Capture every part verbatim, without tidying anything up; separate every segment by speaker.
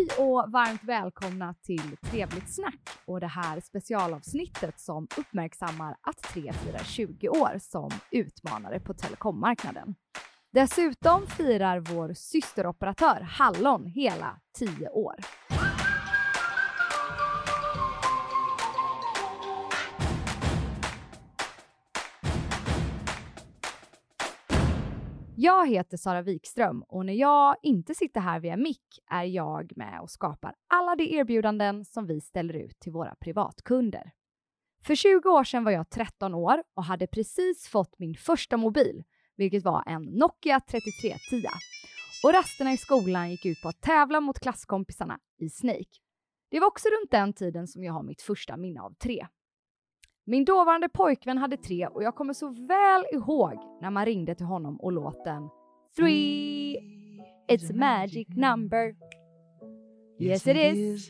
Speaker 1: Hej och varmt välkomna till Trevligt snack och det här specialavsnittet som uppmärksammar att tre firar tjugo år som utmanare på telekommarknaden. Dessutom firar vår systeroperatör Hallon hela tio år. Jag heter Sara Wikström och när jag inte sitter här via mick är jag med och skapar alla de erbjudanden som vi ställer ut till våra privatkunder. För tjugo år sedan var jag tretton år och hade precis fått min första mobil, vilket var en Nokia trettiotre tio. Och rasterna i skolan gick ut på att tävla mot klasskompisarna i Snake. Det var också runt den tiden som jag har mitt första minne av tre. Min dåvarande pojkvän hade tre och jag kommer så väl ihåg när man ringde till honom och låten Three, it's a magic number. Yes it is.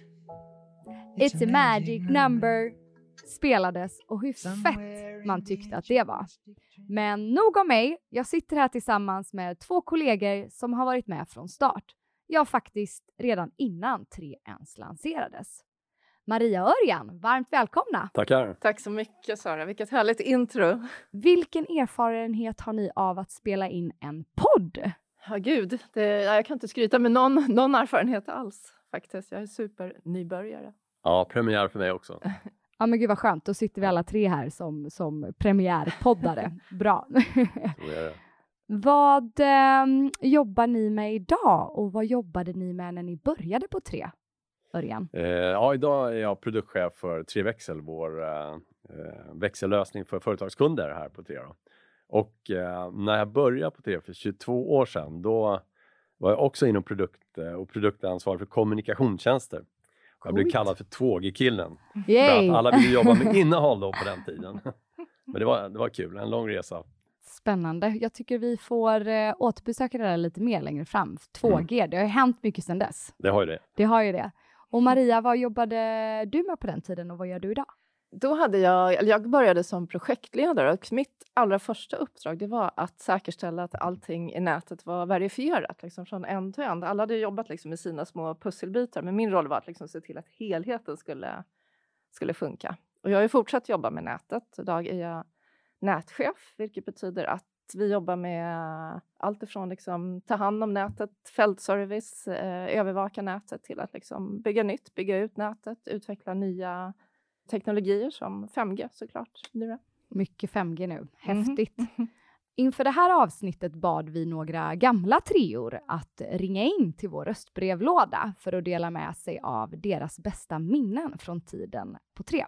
Speaker 1: It's a magic number. Spelades och hur fett man tyckte att det var. Men nog om mig, jag sitter här tillsammans med två kollegor som har varit med från start. Jag faktiskt redan innan tre ens lanserades. Maria och Örjan, varmt välkomna.
Speaker 2: Tackar.
Speaker 3: Tack så mycket Sara, vilket härligt intro.
Speaker 1: Vilken erfarenhet har ni av att spela in en podd?
Speaker 3: Ja gud, det, jag kan inte skryta med någon, någon erfarenhet alls faktiskt. Jag är super nybörjare.
Speaker 2: Ja, premiär för mig också.
Speaker 1: Ja men gud vad skönt, då sitter vi alla tre här som, som premiärpoddare. Bra.
Speaker 2: Så är det.
Speaker 1: Vad eh, jobbar ni med idag och vad jobbade ni med när ni började på tre? Örjan.
Speaker 2: Eh, ja, idag är jag produktchef för tre växel, vår eh, växellösning för företagskunder här på tre. Då. Och eh, när jag började på tre för tjugotvå år sedan, då var jag också inom produkt och produktansvarig för kommunikationstjänster. Jag blev kallad för två G-killen. För att alla ville jobba med innehåll då på den tiden. Men det var, det var kul, en lång resa.
Speaker 1: Spännande. Jag tycker vi får eh, återbesöka det där lite mer längre fram. två G, mm. Det har ju hänt mycket sedan dess.
Speaker 2: Det har ju det.
Speaker 1: Det har ju det. Och Maria, vad jobbade du med på den tiden och vad gör du idag?
Speaker 3: Då hade jag, eller jag började som projektledare och mitt allra första uppdrag det var att säkerställa att allting i nätet var verifierat liksom från en till en. Alla hade jobbat liksom med sina små pusselbitar men min roll var att liksom se till att helheten skulle, skulle funka. Och jag har ju fortsatt jobba med nätet. Idag är jag nätchef, vilket betyder att vi jobbar med allt ifrån liksom ta hand om nätet, fältservice, eh, övervaka nätet till att liksom bygga nytt, bygga ut nätet, utveckla nya teknologier som fem G såklart. Nu
Speaker 1: mycket fem G nu, häftigt. Mm-hmm. Inför det här avsnittet bad vi några gamla treor att ringa in till vår röstbrevlåda för att dela med sig av deras bästa minnen från tiden på tre.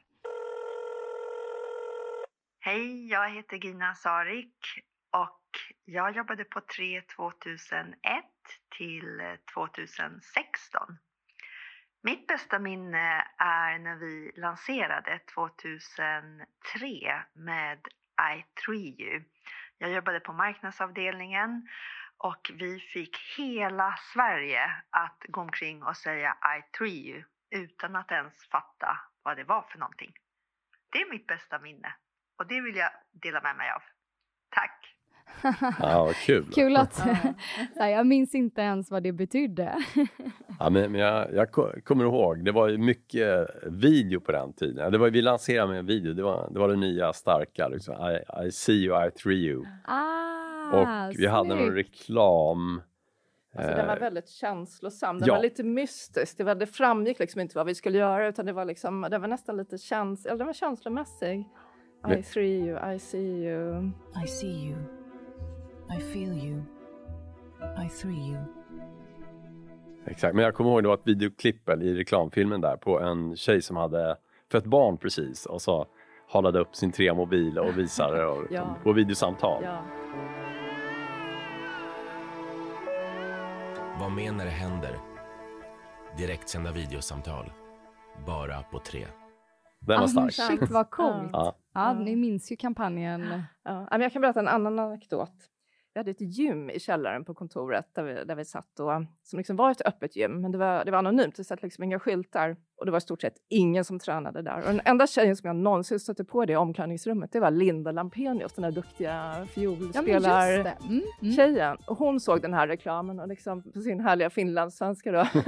Speaker 4: Hej, jag heter Gina Sarik och jag jobbade på tre tjugohundraett till tjugohundrasexton. Mitt bästa minne är när vi lanserade tjugohundratre med I three U. Jag jobbade på marknadsavdelningen och vi fick hela Sverige att gå omkring och säga I three U utan att ens fatta vad det var för någonting. Det är mitt bästa minne. Och det vill jag dela med mig av. Tack!
Speaker 2: Ja, vad kul.
Speaker 1: Kul att jag minns inte ens vad det betydde.
Speaker 2: Ja, men, men jag, jag kommer ihåg, det var ju mycket video på den tiden. Det var, vi lanserade med en video, det var det, var det nya starka. Liksom. I, I see you, I three you.
Speaker 1: Ah,
Speaker 2: och vi
Speaker 1: snyggt.
Speaker 2: hade någon reklam.
Speaker 3: Alltså, den var väldigt känslosam. Den
Speaker 2: ja.
Speaker 3: var lite mystisk. Det, var, det framgick liksom inte vad vi skulle göra. Utan det var, liksom, det var nästan lite käns- eller det var känslomässig. I three you, I see you.
Speaker 5: I see you. I feel you. I three you.
Speaker 2: Exakt, men jag kommer ihåg det var ett videoklipp i reklamfilmen där på en tjej som hade fött barn precis och så halade upp sin tre mobil och visade och,
Speaker 3: ja.
Speaker 2: på videosamtal.
Speaker 3: Ja.
Speaker 6: Var med när det händer. Direktsända videosamtal. Bara på tre.
Speaker 2: Den var stark.
Speaker 1: Shit, vad coolt.
Speaker 2: Ja.
Speaker 1: Ja, ni minns ju kampanjen.
Speaker 3: Ja, men jag kan berätta en annan anekdot. Vi hade ett gym i källaren på kontoret där vi, där vi satt och, som liksom var ett öppet gym. Men det var, det var anonymt, det satt liksom inga skyltar. Och det var i stort sett ingen som tränade där. Och den enda tjejen som jag någonsin stötte på det i omklädningsrummet, det var Linda Lampenius, den här duktiga fiolspelar
Speaker 1: ja, mm, mm.
Speaker 3: tjejen. Och hon såg den här reklamen och liksom på sin härliga finlandssvenska då.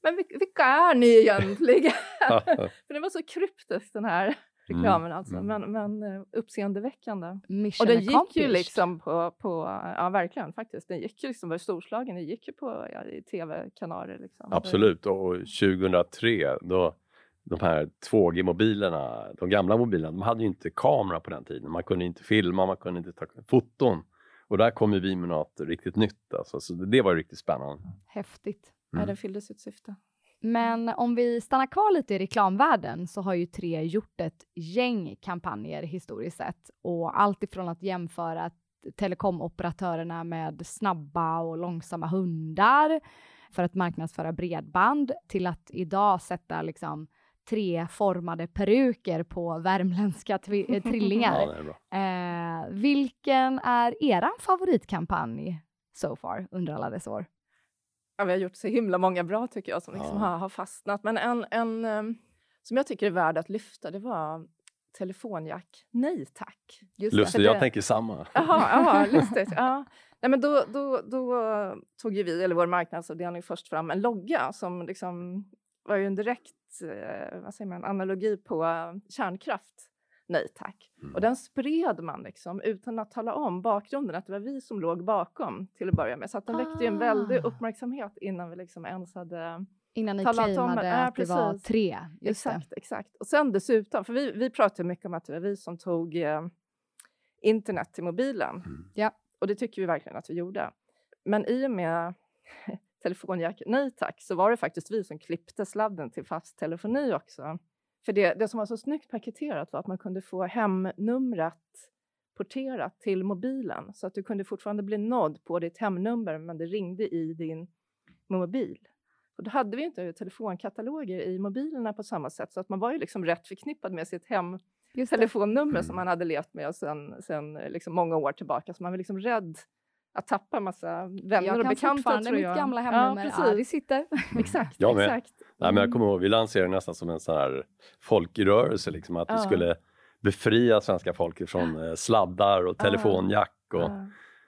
Speaker 3: men vilka är ni egentligen? För det var så kryptiskt den här reklamen mm. alltså. Men, men uppseendeväckande.
Speaker 1: Mission
Speaker 3: och den gick ju liksom på, på, ja verkligen faktiskt. Den gick ju liksom, var storslagen. Den gick ju på ja, i tv-kanaler liksom.
Speaker 2: Absolut, och tjugohundratre då de här två G-mobilerna, de gamla mobilerna, de hade ju inte kamera på den tiden. Man kunde inte filma, man kunde inte ta foton. Och där kom ju vi med något riktigt nytt. Alltså. Så det var riktigt spännande.
Speaker 1: Häftigt.
Speaker 3: Mm. Ja, det fyllde sitt syfte.
Speaker 1: Men om vi stannar kvar lite i reklamvärlden så har ju Tre gjort ett gäng kampanjer historiskt sett. Och allt ifrån att jämföra telekomoperatörerna med snabba och långsamma hundar för att marknadsföra bredband till att idag sätta liksom treformade peruker på värmländska twi- trillingar.
Speaker 2: Ja, det är bra.
Speaker 1: Eh, vilken är eran favoritkampanj so far under alla dessa år?
Speaker 3: Ja, vi har gjort så himla många bra tycker jag som liksom
Speaker 2: ja.
Speaker 3: har, har fastnat. Men en, en um, som jag tycker är värd att lyfta, det var telefonjack. Nej tack.
Speaker 2: Just lustigt, det. jag tänker samma.
Speaker 3: Jaha, jaha lustigt. Ja. Nej, men då, då, då tog ju vi, eller vår marknadsavdelning, först fram en logga som liksom var ju en direkt eh, vad säger man, analogi på uh, kärnkraft. Nej tack. Mm. Och den spred man liksom utan att tala om bakgrunden, att det var vi som låg bakom till att börja med. Så att den ah. väckte ju en väldig uppmärksamhet innan vi liksom ens hade
Speaker 1: innan ni
Speaker 3: talat om
Speaker 1: det, att det var tre. Just
Speaker 3: exakt,
Speaker 1: det.
Speaker 3: exakt. Och sen dessutom, för vi, vi pratade mycket om att det var vi som tog eh, internet till mobilen.
Speaker 1: Mm. Ja.
Speaker 3: Och det tycker vi verkligen att vi gjorde. Men i och med telefonjack, nej tack, så var det faktiskt vi som klippte sladden till fast telefoni också. För det, det som var så snyggt paketerat var att man kunde få hemnumret porterat till mobilen. Så att du kunde fortfarande bli nådd på ditt hemnummer, men det ringde i din mobil. Och då hade vi inte telefonkataloger i mobilerna på samma sätt. Så att man var ju liksom rätt förknippad med sitt hemtelefonnummer som man hade levt med sedan, sedan liksom många år tillbaka. Så man var liksom rädd att tappa massa vänner och bekanta, tror jag.
Speaker 1: Jag kan fortfarande mitt gamla hemnummer.
Speaker 3: Ja, precis.
Speaker 1: Ja, det sitter.
Speaker 3: Exakt,
Speaker 2: jag med.
Speaker 3: exakt.
Speaker 2: Nej, men jag kommer ihåg, vi lanserade nästan som en sån här folkrörelse. Liksom, att
Speaker 3: ja.
Speaker 2: vi skulle befria svenska folket från eh, sladdar och telefonjack. Och,
Speaker 3: ja.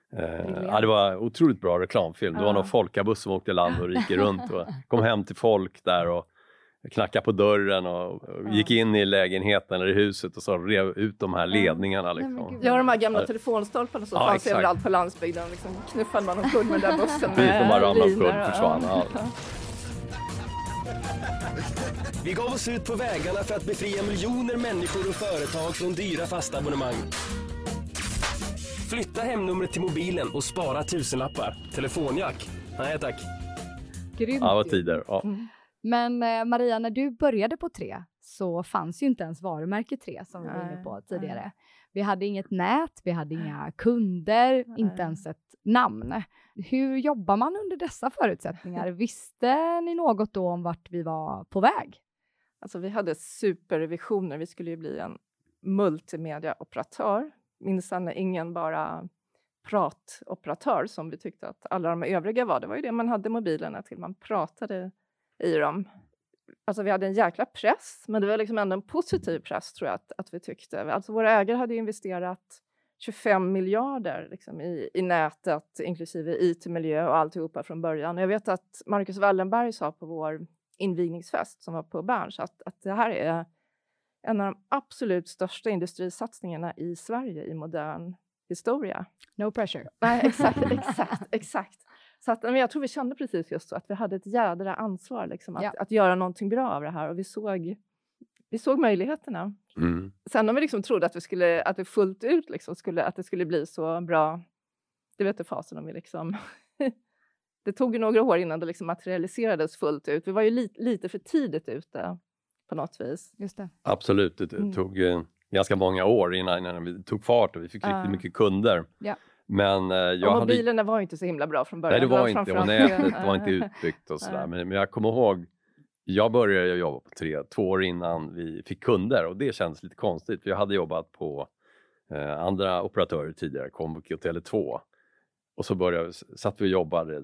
Speaker 2: eh, ja, det var otroligt bra reklamfilm. Det var någon folkabuss som åkte land och rike runt. Och kom hem till folk där och knackade på dörren och, och
Speaker 3: ja.
Speaker 2: gick in i lägenheten eller i huset och så rev ut de här ledningarna. Liksom.
Speaker 3: Ja, de här gamla telefonstolparna som
Speaker 2: ja,
Speaker 3: fanns
Speaker 2: exakt.
Speaker 3: överallt på landsbygden. Liksom knuffade man omkull med den där bussen.
Speaker 2: Precis, de bara ramlade omkull, försvann. Ja. Ja.
Speaker 7: Vi gav oss ut på vägarna för att befria miljoner människor och företag från dyra fasta abonnemang. Flytta hemnumret till mobilen och spara tusenlappar. Telefonjack? Nej tack.
Speaker 1: Grymt.
Speaker 2: Ja, vad tider. Ja.
Speaker 1: Mm. Men eh, Maria, när du började på Tre så fanns ju inte ens varumärke Tre som vi var inne på tidigare. Nej. Vi hade inget nät, vi hade inga kunder, Nej. inte ens ett namn. Hur jobbar man under dessa förutsättningar? Visste ni något då om vart vi var på väg?
Speaker 3: Alltså vi hade supervisioner. Vi skulle ju bli en multimediaoperatör. Minsann ingen bara pratoperatör som vi tyckte att alla de övriga var. Det var ju det man hade mobilerna till. Man pratade i dem. Alltså vi hade en jäkla press. Men det var liksom ändå en positiv press tror jag att, att vi tyckte. Alltså våra ägare hade investerat tjugofem miljarder liksom, i, i nätet. Inklusive I T-miljö och alltihopa från början. Och jag vet att Marcus Wallenberg sa på vår invigningsfest som var på Berns. Att, att det här är en av de absolut största industrisatsningarna i Sverige i modern historia.
Speaker 1: No pressure.
Speaker 3: Nej, exakt, exakt, exakt. Så att, men jag tror vi kände precis just så att vi hade ett jädra ansvar liksom, att,
Speaker 1: ja.
Speaker 3: att göra någonting bra av det här. Och vi såg, vi såg möjligheterna.
Speaker 2: Mm.
Speaker 3: Sen om vi liksom trodde att, vi skulle, att det fullt ut liksom skulle, att det skulle bli så bra. Det vet jag fasen om vi liksom... Det tog ju några år innan det liksom materialiserades fullt ut. Vi var ju li, lite för tidigt ute på något vis.
Speaker 1: Just det.
Speaker 2: Absolut, det mm. tog eh, ganska många år innan, innan vi tog fart och vi fick uh. riktigt mycket kunder.
Speaker 1: Ja.
Speaker 2: Men, eh, jag
Speaker 3: och mobilerna
Speaker 2: hade...
Speaker 3: var ju inte så himla bra från början.
Speaker 2: Nej, det var, det var inte. Och nätet var inte utbyggt och sådär. Men, men jag kommer ihåg, jag började jobba på Tre två år innan vi fick kunder. Och det känns lite konstigt. För jag hade jobbat på eh, andra operatörer tidigare, Comviq och Tele två. Och så började, satt vi och jobbade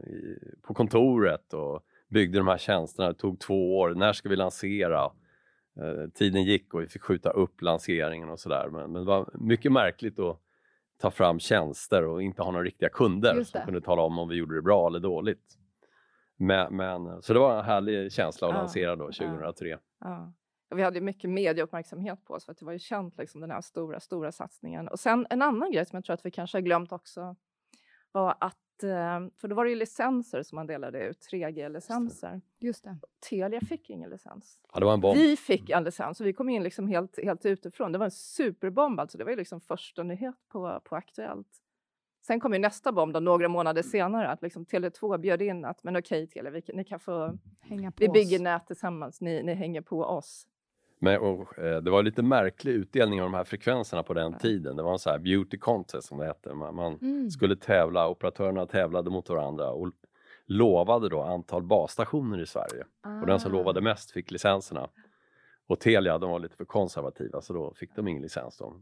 Speaker 2: på kontoret och byggde de här tjänsterna. Det tog två år. När ska vi lansera? Eh, tiden gick och vi fick skjuta upp lanseringen och sådär. Men, men det var mycket märkligt att ta fram tjänster och inte ha några riktiga kunder som kunde tala om om vi gjorde det bra eller dåligt. Men, men, så det var en härlig känsla att
Speaker 3: Ja,
Speaker 2: lansera då tjugohundratre.
Speaker 3: Ja. Ja. Och vi hade ju mycket medieuppmärksamhet på oss för att det var ju känt liksom, den här stora, stora satsningen. Och sen en annan grej som jag tror att vi kanske har glömt också var att, för då var det ju licenser som man delade ut, tre G-licenser.
Speaker 1: Just det.
Speaker 3: Telia fick ingen licens.
Speaker 2: Ja, det var en bomb.
Speaker 3: Vi fick en licens och vi kom in liksom helt, helt utifrån. Det var en superbomb, alltså det var ju liksom första nyhet på, på Aktuellt. Sen kom ju nästa bomb då, några månader senare, att liksom Tele två bjöd in att, men okej Telia, vi, ni kan få,
Speaker 1: Hänga på
Speaker 3: vi bygger
Speaker 1: oss.
Speaker 3: nät tillsammans, ni, ni hänger på oss.
Speaker 2: Men, och, eh, det var lite märklig utdelning av de här frekvenserna på den
Speaker 3: Ja.
Speaker 2: tiden. Det var en så här beauty contest som det hette. Man, man
Speaker 1: Mm.
Speaker 2: skulle tävla, operatörerna tävlade mot varandra och lovade då antal basstationer i Sverige. Och den som
Speaker 1: Ah.
Speaker 2: lovade mest fick licenserna. Och Telia, de var lite för konservativa, så då fick de ingen licens då.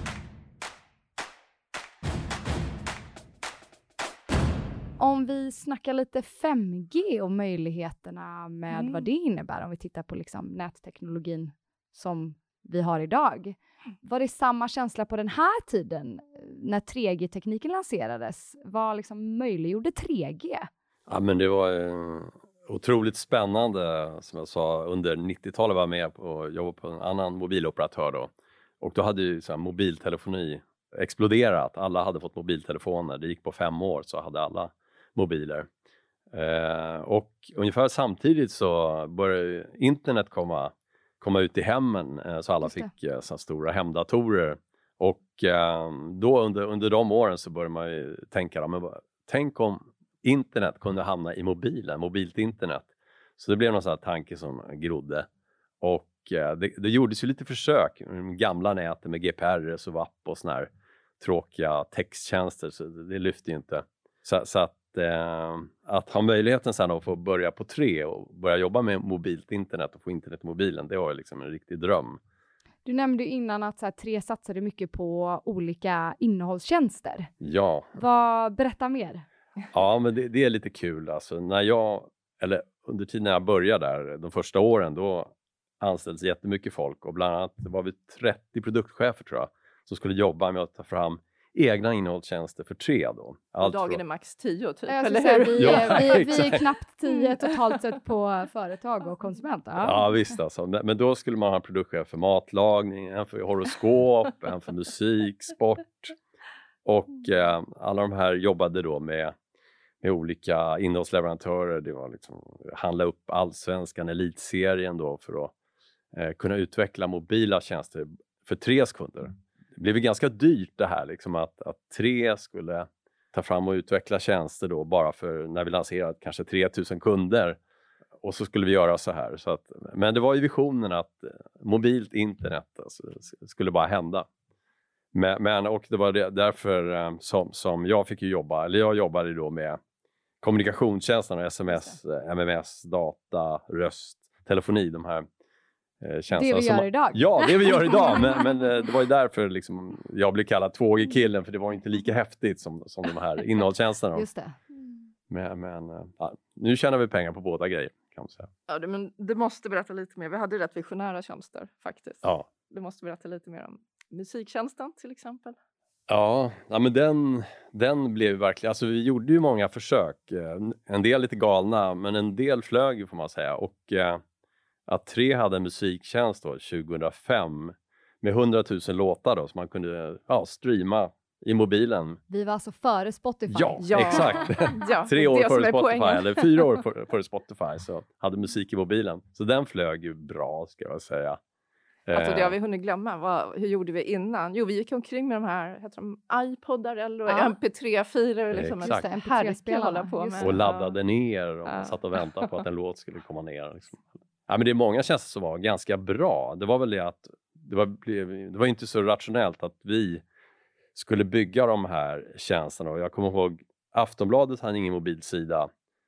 Speaker 1: Om vi snackar lite fem G och möjligheterna med
Speaker 3: Mm.
Speaker 1: vad det innebär, om vi tittar på liksom nätteknologin som vi har idag. Var det samma känsla på den här tiden när tre G-tekniken lanserades? Vad liksom möjliggjorde tre G?
Speaker 2: Ja, men det var eh, otroligt spännande, som jag sa. Under nittiotalet var jag med och jobbade på en annan mobiloperatör då. Och då hade ju så här, mobiltelefoni exploderat. Alla hade fått mobiltelefoner. Det gick på fem år så hade alla mobiler. Eh, och ungefär samtidigt så började internet komma, komma ut i hemmen. Eh, så alla
Speaker 1: Just det.
Speaker 2: fick eh, så här stora hemdatorer. Och eh, då under, under de åren så började man ju tänka, men, vad- tänk om internet kunde hamna i mobilen, mobilt internet. Så det blev någon sån här tanke som grodde. Och eh, det, det gjordes ju lite försök med de gamla näten med G P R S och W A P och såna här tråkiga texttjänster, så det, det lyfte ju inte. Så, så att, eh, att ha möjligheten sen att få börja på tre och börja jobba med mobilt internet och få internet i mobilen, det var ju liksom en riktig dröm.
Speaker 1: Du nämnde ju innan att så här, tre satsade mycket på olika innehållstjänster.
Speaker 2: Ja,
Speaker 1: Vad, berätta mer.
Speaker 2: ja men det, det är lite kul. Alltså, när jag, eller under tiden när jag började där, de första åren, då anställdes jättemycket folk. Och bland annat var vi trettio produktchefer tror jag, som skulle jobba med att ta fram egna innehållstjänster för tre då.
Speaker 3: Och dagen
Speaker 2: från-
Speaker 3: är max tio typ,
Speaker 1: Jag
Speaker 3: eller
Speaker 1: skulle säga,
Speaker 3: hur?
Speaker 1: vi,
Speaker 2: Ja,
Speaker 1: är, vi, vi är
Speaker 2: exakt.
Speaker 1: knappt tio totalt sett på företag och konsumenter.
Speaker 2: Ja visst alltså. Men, men då skulle man ha en produktchef för matlagning, en för horoskop, en för musik, sport. Och eh, alla de här jobbade då med, med olika innehållsleverantörer. Det var liksom handla upp allsvenskan, elitserien då för att eh, kunna utveckla mobila tjänster för Tres kunder. Det blev ju ganska dyrt det här liksom att, att Tre skulle ta fram och utveckla tjänster då bara för när vi lanserade kanske tre tusen kunder. Och så skulle vi göra så här. Så att, men det var ju visionen att eh, mobilt internet alltså, s- skulle bara hända. Men, men, och det var det, därför eh, som, som jag fick ju jobba, eller jag jobbade då med kommunikationstjänsterna, sms, eh, M M S, data, röst, telefoni, de här eh, tjänsterna.
Speaker 1: Det vi
Speaker 2: som-
Speaker 1: gör idag.
Speaker 2: Ja, det vi gör idag. Men, men eh, det var ju därför liksom, jag blev kallad två G-killen, för det var inte lika häftigt som, som de här innehållstjänsterna.
Speaker 1: Just det.
Speaker 2: Men, men eh, ja, nu tjänar vi pengar på båda grejer, kan man säga.
Speaker 3: Ja, det, men du måste berätta lite mer. Vi hade ju rätt visionära tjänster faktiskt.
Speaker 2: Ja.
Speaker 3: Du måste berätta lite mer om musiktjänsten till exempel.
Speaker 2: Ja, ja men den, den blev verkligen, alltså vi gjorde ju många försök, eh, en del lite galna, men en del flög ju får man säga. Och eh, att Tre hade en musiktjänst då tjugohundrafem med hundratusen låtar då, som man kunde ja, streama i mobilen.
Speaker 1: Vi var alltså före Spotify.
Speaker 2: Ja,
Speaker 3: Ja.
Speaker 2: exakt.
Speaker 3: Ja,
Speaker 2: Tre
Speaker 3: det är
Speaker 2: år
Speaker 3: det som
Speaker 2: före
Speaker 3: är
Speaker 2: Spotify,
Speaker 3: poängen.
Speaker 2: eller fyra år före, före Spotify, så hade musik i mobilen. Så den flög ju bra, ska jag säga.
Speaker 3: Alltså det
Speaker 2: Eh,
Speaker 3: har vi hunnit glömma. Vad, hur gjorde vi innan? Jo, vi gick omkring med de här heter de iPodar eller
Speaker 1: Ja.
Speaker 3: M P tre-filer. Liksom
Speaker 2: Exakt.
Speaker 3: ett
Speaker 1: Just det,
Speaker 3: herke
Speaker 1: M P tre-spelarna,
Speaker 3: att hålla på
Speaker 1: just
Speaker 3: med.
Speaker 2: Och
Speaker 1: Ja.
Speaker 2: laddade ner och
Speaker 3: Ja.
Speaker 2: man satt och väntade på att en låt skulle komma ner. Liksom. Ja, men det är många tjänster som var ganska bra. Det var väl det att det var, blev- det var inte så rationellt att vi skulle bygga de här tjänsterna. Och jag kommer ihåg Aftonbladet hade ingen mobilsida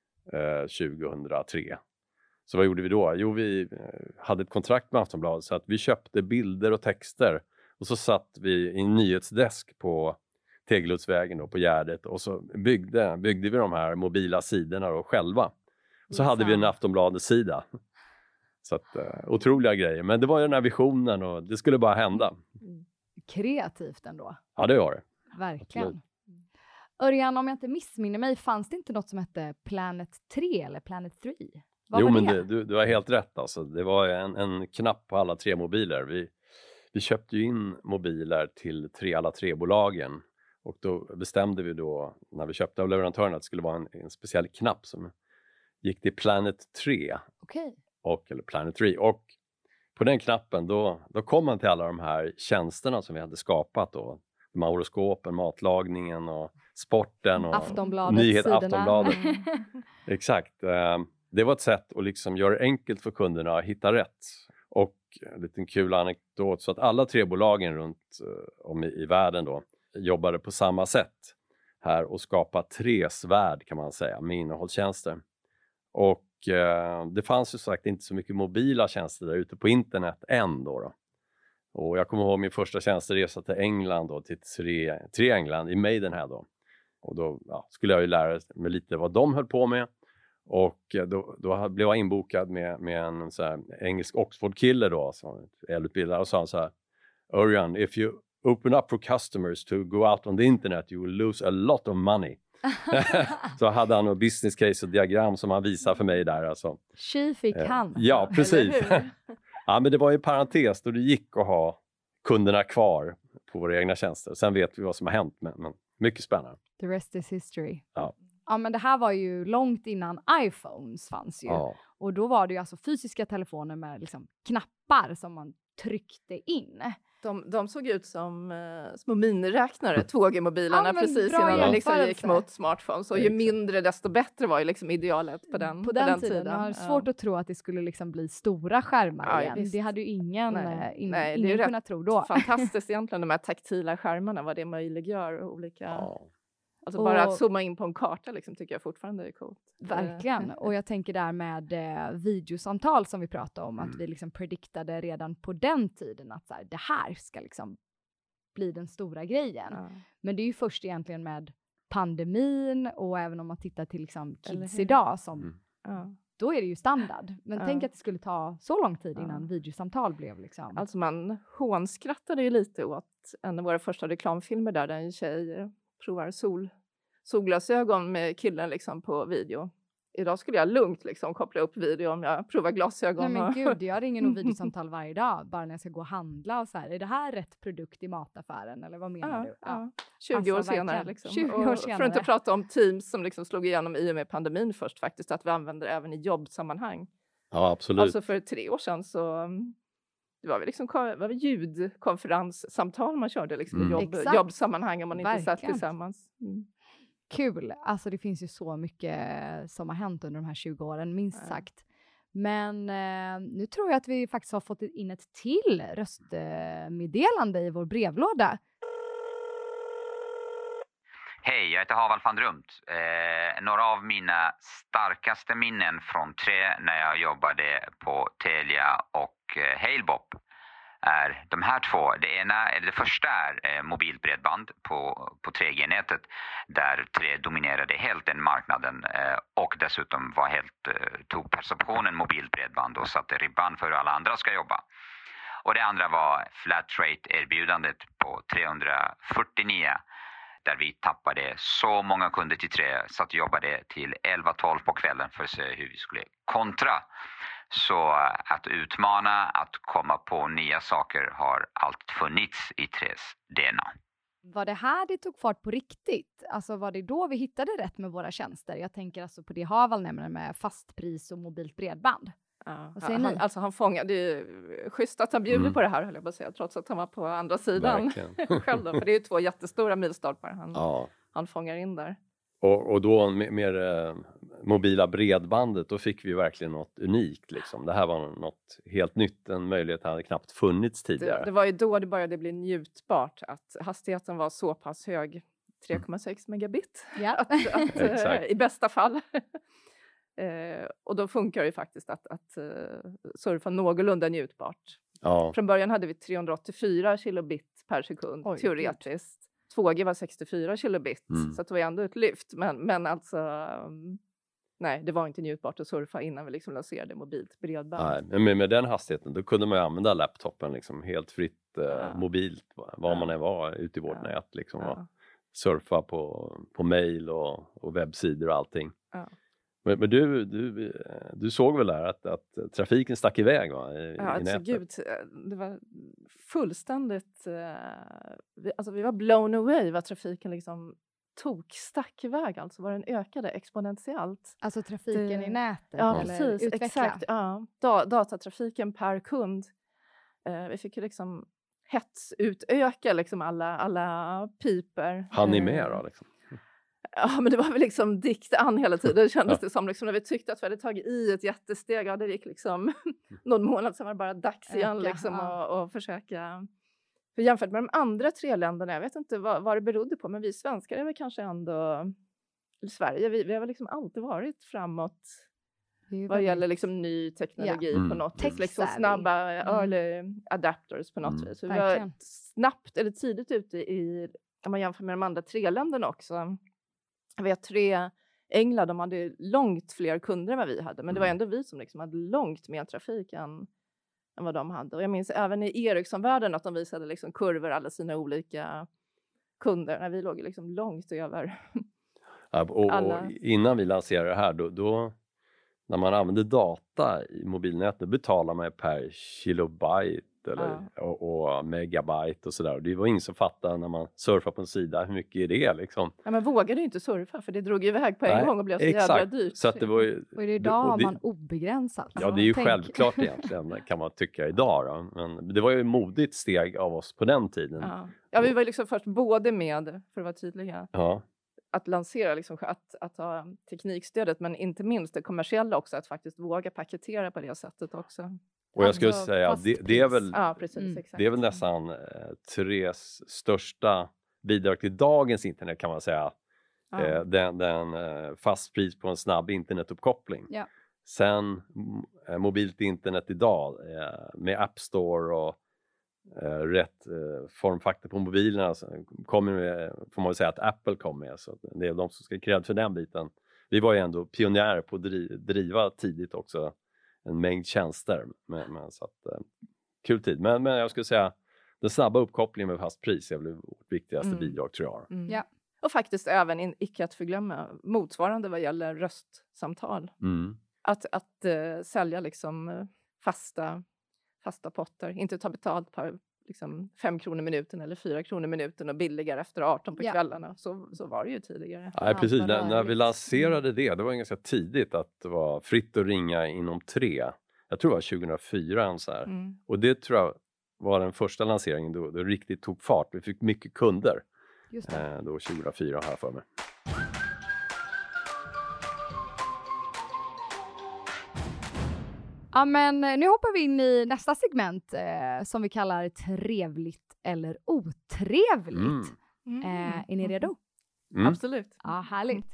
Speaker 2: eh, tjugohundratre. Så vad gjorde vi då? Jo, vi eh, hade ett kontrakt med Aftonbladet så att vi köpte bilder och texter. Och så satt vi i en nyhetsdesk på Tegeludsvägen då, på Gärdet, och så byggde, byggde vi de här mobila sidorna då själva. Och så
Speaker 1: Åh,
Speaker 2: hade vi en
Speaker 1: fan.
Speaker 2: Aftonbladet-sida. Så att, uh, otroliga grejer. Men det var ju den här visionen och det skulle bara hända.
Speaker 1: Kreativt ändå.
Speaker 2: Ja, det var det.
Speaker 1: Verkligen.
Speaker 2: Absolut.
Speaker 1: Örjan, om jag inte missminner mig, fanns det inte något som hette Planet tre eller Planet tre? Vad
Speaker 2: jo,
Speaker 1: var
Speaker 2: men
Speaker 1: det?
Speaker 2: det, du, du har helt rätt. Alltså. Det var en, en knapp på alla tre mobiler. Vi, vi köpte ju in mobiler till tre, alla tre bolagen. Och då bestämde vi då, när vi köpte av leverantören, att det skulle vara en, en speciell knapp som gick till Planet tre.
Speaker 1: Okej.
Speaker 2: Och, eller Planet tre. Och på den knappen då, då kom man till alla de här tjänsterna som vi hade skapat då. De här horoskopen, matlagningen och sporten och
Speaker 1: Aftonbladet,
Speaker 2: nyhet,
Speaker 1: sidorna.
Speaker 2: Aftonbladet. Exakt. Eh, Det var ett sätt att liksom göra det enkelt för kunderna att hitta rätt. Och en liten kul anekdot, så att alla tre bolagen runt om i, i världen då jobbade på samma sätt här och skapa tres värld kan man säga med innehållstjänster. Och eh, det fanns ju sagt inte så mycket mobila tjänster där ute på internet än då, då. Och jag kommer ihåg min första tjänsteresa till England då, till tre, tre England i Maidenhead då. Och då ja, skulle jag ju lära mig lite vad de höll på med. Och då, då blev jag inbokad med, med en så här engelsk Oxford-kille då, som är utbildad, och sa han så här: Örjan, if you open up for customers to go out on the internet you will lose a lot of money. Så hade han en business case och diagram som han visade för mig där. Alltså.
Speaker 1: Tji fick han.
Speaker 2: Ja, precis. Ja, men det var ju en parentes då det gick att ha kunderna kvar på våra egna tjänster. Sen vet vi vad som har hänt, men, men mycket spännande.
Speaker 1: The rest is history.
Speaker 2: Ja.
Speaker 1: Ja, men det här var ju långt innan iPhones fanns ju.
Speaker 2: Ja.
Speaker 1: Och då var det ju alltså fysiska telefoner med liksom knappar som man tryckte in.
Speaker 3: De, de såg ut som uh, små miniräknare, två G-mobilerna,
Speaker 1: Ja, men
Speaker 3: precis
Speaker 1: bra
Speaker 3: innan de liksom gick
Speaker 1: jämförelse.
Speaker 3: mot smartphones. Och ju
Speaker 2: Exakt.
Speaker 3: mindre desto bättre var ju liksom idealet på den,
Speaker 1: På den, tiden.
Speaker 3: tiden.
Speaker 1: Jag har
Speaker 3: Ja.
Speaker 1: svårt att tro att det skulle liksom bli stora skärmar
Speaker 3: Ja,
Speaker 1: igen.
Speaker 3: visst.
Speaker 1: Det hade ju ingen,
Speaker 3: Nej.
Speaker 1: eh, in,
Speaker 3: Nej, det är
Speaker 1: ingen
Speaker 3: ju
Speaker 1: kunnat tro då.
Speaker 3: Fantastiskt egentligen, de här taktila skärmarna, vad det möjliggör. Olika,
Speaker 2: Ja.
Speaker 3: alltså
Speaker 1: Och-
Speaker 3: bara att zooma in på en karta liksom, tycker jag fortfarande är coolt.
Speaker 1: Verkligen.
Speaker 3: Eh,
Speaker 1: Och jag tänker där med eh, videosamtal som vi pratade om,
Speaker 2: Mm.
Speaker 1: att vi liksom prediktade redan på den tiden att så här, det här ska liksom bli den stora grejen.
Speaker 3: ja.
Speaker 1: Men det är ju först egentligen med pandemin, och även om man tittar till liksom
Speaker 3: Eller
Speaker 1: kids
Speaker 3: hur?
Speaker 1: idag, som,
Speaker 2: Mm.
Speaker 3: Ja.
Speaker 1: då är det ju standard. Men
Speaker 3: Ja.
Speaker 1: tänk att det skulle ta så lång tid
Speaker 3: Ja.
Speaker 1: innan videosamtal blev liksom...
Speaker 3: Alltså man hånskrattade ju lite åt en av våra första reklamfilmer där en tjej provar sol, solglasögon med killen liksom på video. Idag skulle jag lugnt liksom koppla upp video om jag provar glasögon.
Speaker 1: Nej men
Speaker 3: och-
Speaker 1: gud, jag ringer nog videosamtal varje dag bara när jag ska gå och handla och så här. Är det här rätt produkt i mataffären eller vad menar
Speaker 3: Ja,
Speaker 1: du?
Speaker 3: ja. tjugo år
Speaker 1: Alltså,
Speaker 3: senare.
Speaker 1: verkligen.
Speaker 3: Liksom.
Speaker 1: tjugo
Speaker 3: Och
Speaker 1: år
Speaker 3: För
Speaker 1: senare.
Speaker 3: att inte prata om Teams som liksom slog igenom i och med pandemin först faktiskt. Att vi använder det även i jobbsammanhang.
Speaker 2: Ja, absolut.
Speaker 3: Alltså för tre år sedan så mm, det var väl liksom det var väl ljudkonferenssamtal man körde liksom
Speaker 2: Mm.
Speaker 3: i jobb,
Speaker 1: Exakt.
Speaker 3: jobbsammanhang om man inte satt
Speaker 1: Verkligen.
Speaker 3: tillsammans. Mm.
Speaker 1: Kul, alltså det finns ju så mycket som har hänt under de här tjugo åren, minst
Speaker 3: Ja.
Speaker 1: sagt. Men eh, nu tror jag att vi faktiskt har fått in ett till röstmeddelande i vår brevlåda.
Speaker 8: Hej, jag heter Haval van Drumt. Eh, några av mina starkaste minnen från Tre när jag jobbade på Telia och eh, Halebop är de här två. Det ena, eller det första är eh, mobilbredband på, på tre G-nätet där Tre dominerade helt den marknaden eh, och dessutom var helt, eh, tog perceptionen mobilbredband och satte ribban för hur alla andra ska jobba. Och det andra var flat rate-erbjudandet på trehundrafyrtionio där vi tappade så många kunder till Tre så att vi jobbade till elva tolv på kvällen för att se hur vi skulle kontra. Så att utmana, att komma på nya saker har alltid funnits i Tres D N A.
Speaker 1: Var det här det tog fart på riktigt? Alltså var det då vi hittade rätt med våra tjänster? Jag tänker alltså på det Haval nämner med fastpris och mobilt bredband.
Speaker 3: Ja,
Speaker 1: Vad säger
Speaker 3: han,
Speaker 1: ni?
Speaker 3: alltså han fångade, det är ju schysst att han bjuder
Speaker 2: Mm.
Speaker 3: på det här höll jag på att säga, trots att han var på andra sidan
Speaker 2: Verkligen.
Speaker 3: själv då, för det är ju två jättestora milstolpar han,
Speaker 2: Ja.
Speaker 3: han fångar in där.
Speaker 2: Och, och då med, med eh, mobila bredbandet, då fick vi verkligen något unikt. Liksom. Det här var något helt nytt, en möjlighet hade knappt funnits tidigare.
Speaker 3: Det, det var ju då det började bli njutbart att hastigheten var så pass hög, tre komma sex megabit,
Speaker 1: Ja.
Speaker 3: att, att, eh,
Speaker 2: Exakt.
Speaker 3: i bästa fall. eh, och då funkar det ju faktiskt att, att uh, surfa någorlunda njutbart.
Speaker 2: Ja,
Speaker 3: Från början hade vi trehundraåttiofyra kilobit per sekund,
Speaker 1: Oj,
Speaker 3: teoretiskt. två G var sextiofyra kilobit,
Speaker 2: Mm.
Speaker 3: så det var ju ändå ett lyft. Men, men alltså, um, nej, det var inte njutbart att surfa innan vi liksom lanserade mobilt bredband.
Speaker 2: nej, men med, med den hastigheten då kunde man ju använda laptopen liksom helt fritt, eh,
Speaker 3: Ja.
Speaker 2: mobilt, var
Speaker 3: Ja.
Speaker 2: man än var ute i vårt
Speaker 3: Ja.
Speaker 2: nät. Liksom.
Speaker 3: Ja.
Speaker 2: surfa på, på mail och, och webbsidor och allting.
Speaker 3: Ja.
Speaker 2: Men, men du, du, du såg väl där att, att trafiken stack iväg, va? I,
Speaker 3: Ja,
Speaker 2: i
Speaker 3: alltså,
Speaker 2: nätet?
Speaker 3: gud, det var fullständigt... Uh, vi, alltså, vi var blown away vad trafiken liksom tog stack iväg. Alltså vad den ökade exponentiellt.
Speaker 1: Alltså trafiken
Speaker 3: det,
Speaker 1: i nätet?
Speaker 3: Ja,
Speaker 1: eller
Speaker 3: precis.
Speaker 1: utveckla.
Speaker 3: Exakt. Ja. Da, datatrafiken per kund. Uh, vi fick ju liksom hetsutöka liksom alla, alla piper.
Speaker 2: Han ni
Speaker 3: uh,
Speaker 2: med då liksom?
Speaker 3: Ja, men det var väl liksom dikt an hela tiden, kändes det som. Liksom, när vi tyckte att vi hade tagit i ett jättesteg, ja, det gick liksom någon månad sen var det bara dags igen
Speaker 1: Öka,
Speaker 3: liksom,
Speaker 1: ja.
Speaker 3: och, och försöka. För jämfört med de andra tre länderna, jag vet inte vad, vad det berodde på, men vi svenskar är väl kanske ändå, i Sverige, vi, vi har väl liksom alltid varit framåt vad
Speaker 1: väldigt...
Speaker 3: gäller liksom ny teknologi
Speaker 1: Ja.
Speaker 3: på
Speaker 2: Mm.
Speaker 3: något vis. Liksom
Speaker 1: Tech-savvy.
Speaker 3: snabba
Speaker 1: Mm.
Speaker 3: early adapters på något
Speaker 2: Mm.
Speaker 3: vis. Så vi var
Speaker 1: Verkligen.
Speaker 3: snabbt eller tidigt ute i, om man jämför med de andra tre länderna också. Vi har tre, England, de hade långt fler kunder än vad vi hade. Men det var ändå vi som liksom hade långt mer trafik än, än vad de hade. Och jag minns även i Ericsson-världen att de visade liksom kurvor, alla sina olika kunder. När vi låg liksom långt över.
Speaker 2: Ja, och, och
Speaker 3: alla.
Speaker 2: innan vi lanserade det här, då, då när man använder data i mobilnätet betalar man per kilobyte eller,
Speaker 3: Ja.
Speaker 2: och, och megabyte och sådär. Och det var ingen som fattade när man surfar på en sida hur mycket är det liksom.
Speaker 3: Ja, men vågade ju inte surfa för det drog ju iväg på en
Speaker 2: Nej,
Speaker 3: gång och blev så
Speaker 2: exakt.
Speaker 3: jävla dyrt.
Speaker 2: Så att det var ju,
Speaker 1: Och idag
Speaker 2: och
Speaker 1: har
Speaker 2: det-
Speaker 1: man obegränsat.
Speaker 2: ja, det är ju
Speaker 1: Tänk.
Speaker 2: självklart egentligen kan man tycka idag då. Men det var ju ett modigt steg av oss på den tiden.
Speaker 3: Ja. ja, vi var liksom först både med, för att vara tydliga,
Speaker 2: Ja.
Speaker 3: att lansera, liksom, att, att ha teknikstödet, men inte minst det kommersiella också, att faktiskt våga paketera på det sättet också.
Speaker 2: Och jag skulle
Speaker 1: Alltså,
Speaker 2: säga
Speaker 1: fast
Speaker 2: det, det är
Speaker 1: pris.
Speaker 2: väl
Speaker 3: Ja, precis.
Speaker 1: Mm.
Speaker 3: Exakt.
Speaker 2: det är väl nästan eh, Therese största bidrag till dagens internet kan man säga.
Speaker 3: Ja.
Speaker 2: Eh, den den eh, fast pris på en snabb internetuppkoppling.
Speaker 1: Ja.
Speaker 2: Sen m- eh, mobilt internet idag eh, med App Store och eh, rätt eh, formfaktor på mobilerna så kommer med, får man väl säga att Apple kom med, så att det är de som ska kredda för den biten. Vi var ju ändå pionjärer på att dri- driva tidigt också en mängd tjänster, men, men så att eh, kul tid. Men, men jag skulle säga den snabba uppkopplingen med fast pris är väl vårt viktigaste
Speaker 3: Mm.
Speaker 2: bidrag tror jag.
Speaker 3: Mm.
Speaker 1: Ja.
Speaker 3: Och faktiskt även, in, icke att förglömma, motsvarande vad gäller röstsamtal.
Speaker 2: Mm.
Speaker 3: Att, att uh, sälja liksom uh, fasta, fasta potter, inte ta betalt per liksom, fem kronor minuten eller fyra kronor minuten och billigare efter arton på
Speaker 1: Ja.
Speaker 3: kvällarna. Så, så var det ju tidigare.
Speaker 2: Nej, precis.
Speaker 1: vad
Speaker 2: När, när vi
Speaker 1: rörigt.
Speaker 2: lanserade det, det var ganska tidigt att det var fritt att ringa inom tre. Jag tror det var tjugohundrafyra än så här.
Speaker 3: Mm.
Speaker 2: Och det tror jag var den första lanseringen då det riktigt tog fart. Vi fick mycket kunder
Speaker 1: Just det.
Speaker 2: eh, då tjugohundrafyra här för mig.
Speaker 1: Ja, men eh, nu hoppar vi in i nästa segment eh, som vi kallar trevligt eller otrevligt.
Speaker 2: Mm.
Speaker 1: Eh, är ni redo?
Speaker 2: Mm.
Speaker 3: Absolut.
Speaker 1: Ja, härligt.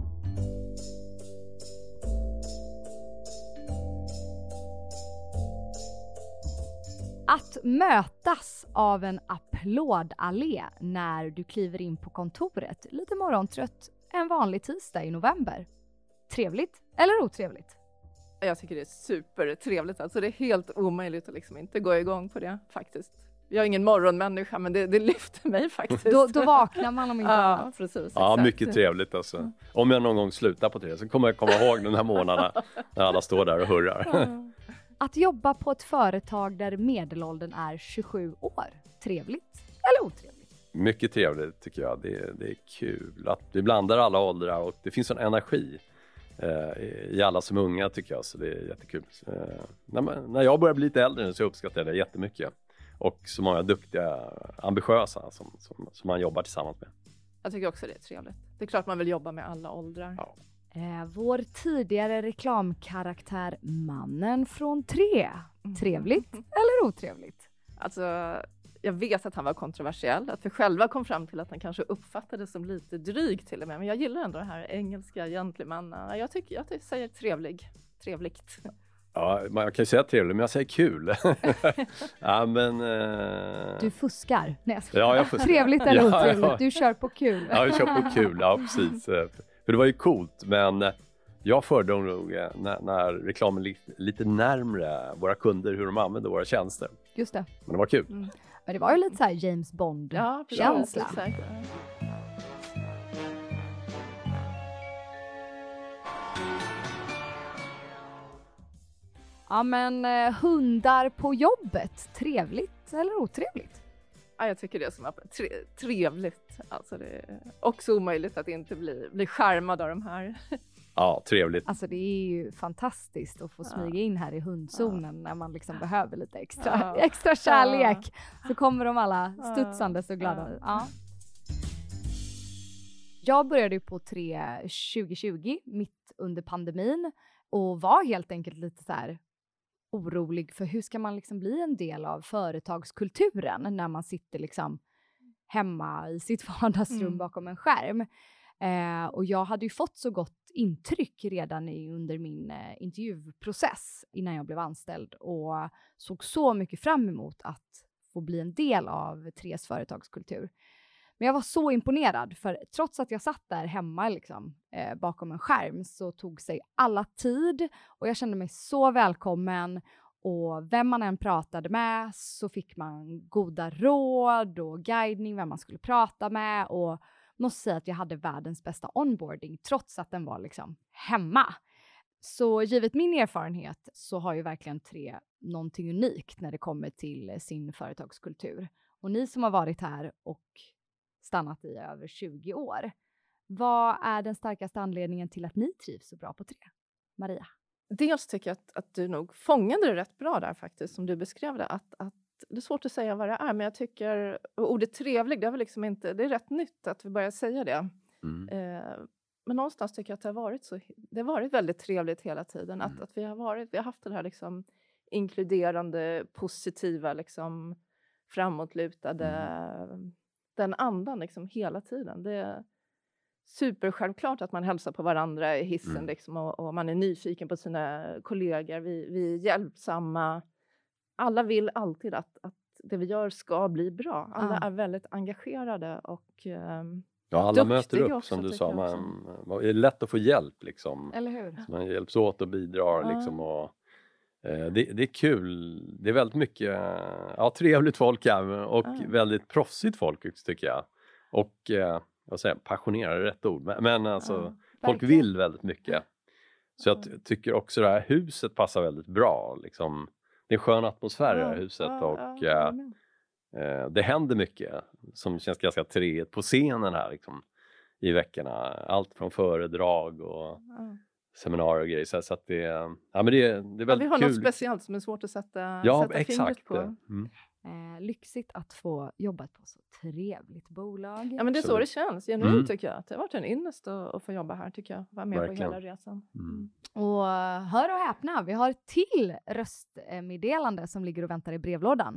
Speaker 1: Att mötas av en applådallé när du kliver in på kontoret lite morgontrött en vanlig tisdag i november. Trevligt eller otrevligt?
Speaker 3: Jag tycker det är supertrevligt. Alltså det är helt omöjligt att liksom inte gå igång på det faktiskt. Jag är ingen morgonmänniska, men det, det lyfter mig faktiskt.
Speaker 1: Då, då vaknar man om inte
Speaker 3: Ja,
Speaker 1: annat.
Speaker 3: precis.
Speaker 2: Ja,
Speaker 3: exakt.
Speaker 2: mycket trevligt alltså. Om jag någon gång slutar på det så kommer jag komma ihåg den här månaderna när alla står där och hurrar.
Speaker 3: Ja.
Speaker 1: Att jobba på ett företag där medelåldern är tjugosju år. Trevligt eller otrevligt?
Speaker 2: Mycket trevligt tycker jag. Det, är- det är kul att vi blandar alla åldrar och det finns en energi eh, i alla som unga tycker jag. Så det är jättekul. Eh, när, man, när jag börjar bli lite äldre nu så uppskattar jag det jättemycket. Och så många duktiga, ambitiösa som, som, som man jobbar tillsammans med.
Speaker 3: Jag tycker också det är trevligt. Det är klart man vill jobba med alla åldrar.
Speaker 2: Ja.
Speaker 1: Eh, vår tidigare reklamkaraktär Mannen från tre. Trevligt eller otrevligt?
Speaker 3: Alltså, jag vet att han var kontroversiell. Att vi själva kom fram till att han kanske uppfattades som lite dryg till och med. Men jag gillar ändå det här engelska gentlemannen. Jag tycker jag tycker, säger trevlig. Trevligt.
Speaker 2: Ja, man kan ju säga trevligt men jag säger kul. ja, men... Eh...
Speaker 1: Du fuskar. Nej, jag ska-
Speaker 2: Ja, jag fuskar.
Speaker 1: Trevligt eller
Speaker 2: Ja,
Speaker 1: otrevligt?
Speaker 2: ja.
Speaker 1: Du kör på kul.
Speaker 2: Ja, vi kör på kul, ja precis. För det var ju coolt, men jag föredrog nog eh, när, när reklamen lite, lite närmre våra kunder, hur de använder våra tjänster.
Speaker 1: Just det.
Speaker 2: Men det var kul.
Speaker 1: Men det var ju lite så här James Bond
Speaker 3: Ja,
Speaker 1: känsla.
Speaker 3: precis. Exakt.
Speaker 1: Ja men eh, hundar på jobbet, trevligt eller otrevligt?
Speaker 3: Ja, jag tycker det är som att tre, trevligt. Alltså det är också omöjligt att inte bli, bli skärmad av de här.
Speaker 2: Ja, trevligt.
Speaker 1: Alltså det är ju fantastiskt att få
Speaker 3: Ja.
Speaker 1: smyga in här i hundzonen
Speaker 3: Ja.
Speaker 1: när man liksom behöver lite extra,
Speaker 3: Ja.
Speaker 1: extra kärlek. Så kommer de alla
Speaker 3: Ja.
Speaker 1: studsande så glada.
Speaker 3: Ja.
Speaker 1: Ja. Jag började ju på tre tjugo tjugo mitt under pandemin och var helt enkelt lite så här orolig för hur ska man liksom bli en del av företagskulturen när man sitter liksom hemma i sitt vardagsrum
Speaker 3: Mm.
Speaker 1: bakom en skärm. Eh, och jag hade ju fått så gott intryck redan i, under min eh, intervjuprocess innan jag blev anställd och såg så mycket fram emot att få bli en del av Tres företagskultur. Men jag var så imponerad för trots att jag satt där hemma liksom, eh, bakom en skärm så tog sig alla tid och jag kände mig så välkommen och vem man än pratade med så fick man goda råd och guidning vem man skulle prata med och måste säga att jag hade världens bästa onboarding trots att den var liksom hemma. Så givet min erfarenhet så har ju verkligen Tre någonting unikt när det kommer till sin företagskultur. Och ni som har varit här och stannat i över tjugo år. Vad är den starkaste anledningen till att ni trivs så bra på Tre? Maria?
Speaker 3: Dels tycker jag att, att du nog fångade det rätt bra där faktiskt, som du beskrev det. Att, att det är svårt att säga vad det är, men jag tycker och ordet trevlig, det är väl liksom inte, det är rätt nytt att vi börjar säga det.
Speaker 2: Mm.
Speaker 3: Eh, men någonstans tycker jag att det har varit så, det har varit väldigt trevligt hela tiden. Att,
Speaker 2: Mm.
Speaker 3: att vi har varit, vi har haft det här liksom inkluderande, positiva, liksom framåtlutade,
Speaker 2: Mm.
Speaker 3: den andan liksom hela tiden. Det är supersjälvklart att man hälsar på varandra i hissen
Speaker 2: Mm.
Speaker 3: liksom, och, och man är nyfiken på sina kollegor. Vi, vi är hjälpsamma. Alla vill alltid att, att det vi gör ska bli bra. Alla
Speaker 1: Ja.
Speaker 3: är väldigt engagerade och ehm,
Speaker 2: Ja, alla
Speaker 3: duktiga
Speaker 2: möter upp
Speaker 3: också,
Speaker 2: som du
Speaker 3: tycker
Speaker 2: sa.
Speaker 3: jag
Speaker 2: Man, det är lätt att få hjälp liksom.
Speaker 1: Eller hur?
Speaker 2: Så man hjälps åt och bidrar
Speaker 3: Ja.
Speaker 2: liksom. Och, eh, det, det är kul. Det är väldigt mycket eh, ja, trevligt folk här och
Speaker 3: Ja.
Speaker 2: väldigt proffsigt folk också, tycker jag. Och eh, vad säger jag, passionerad är rätt ord. Men, men alltså,
Speaker 3: Ja,
Speaker 2: folk
Speaker 3: verkligen.
Speaker 2: vill väldigt mycket. Så jag ty- tycker också det här huset passar väldigt bra. Liksom. Det är en skön atmosfär i det här huset.
Speaker 3: Ja,
Speaker 2: och
Speaker 3: ja,
Speaker 2: eh,
Speaker 3: jag med.
Speaker 2: Eh, det händer mycket som känns ganska treigt på scenen här liksom, i veckorna. Allt från föredrag och
Speaker 3: Ja.
Speaker 2: seminarier och grejer. Så, så att det, ja, men det, det är
Speaker 3: Ja, vi
Speaker 2: väldigt
Speaker 3: har
Speaker 2: kul.
Speaker 3: något speciellt som är svårt att sätta,
Speaker 2: Ja,
Speaker 3: sätta
Speaker 2: exakt.
Speaker 3: fingret på.
Speaker 2: Mm.
Speaker 1: Eh, lyxigt att få jobba på så trevligt bolag.
Speaker 3: Ja, men det är så det
Speaker 2: Absolut.
Speaker 3: känns. Genuint
Speaker 2: Mm.
Speaker 3: tycker jag. Att det har varit en ynnest att, att få jobba här, tycker jag. Vara med
Speaker 2: Verkligen.
Speaker 3: på hela resan.
Speaker 2: Mm.
Speaker 1: Och eh, hör och häpna, vi har ett till röstmeddelande som ligger och väntar i brevlådan.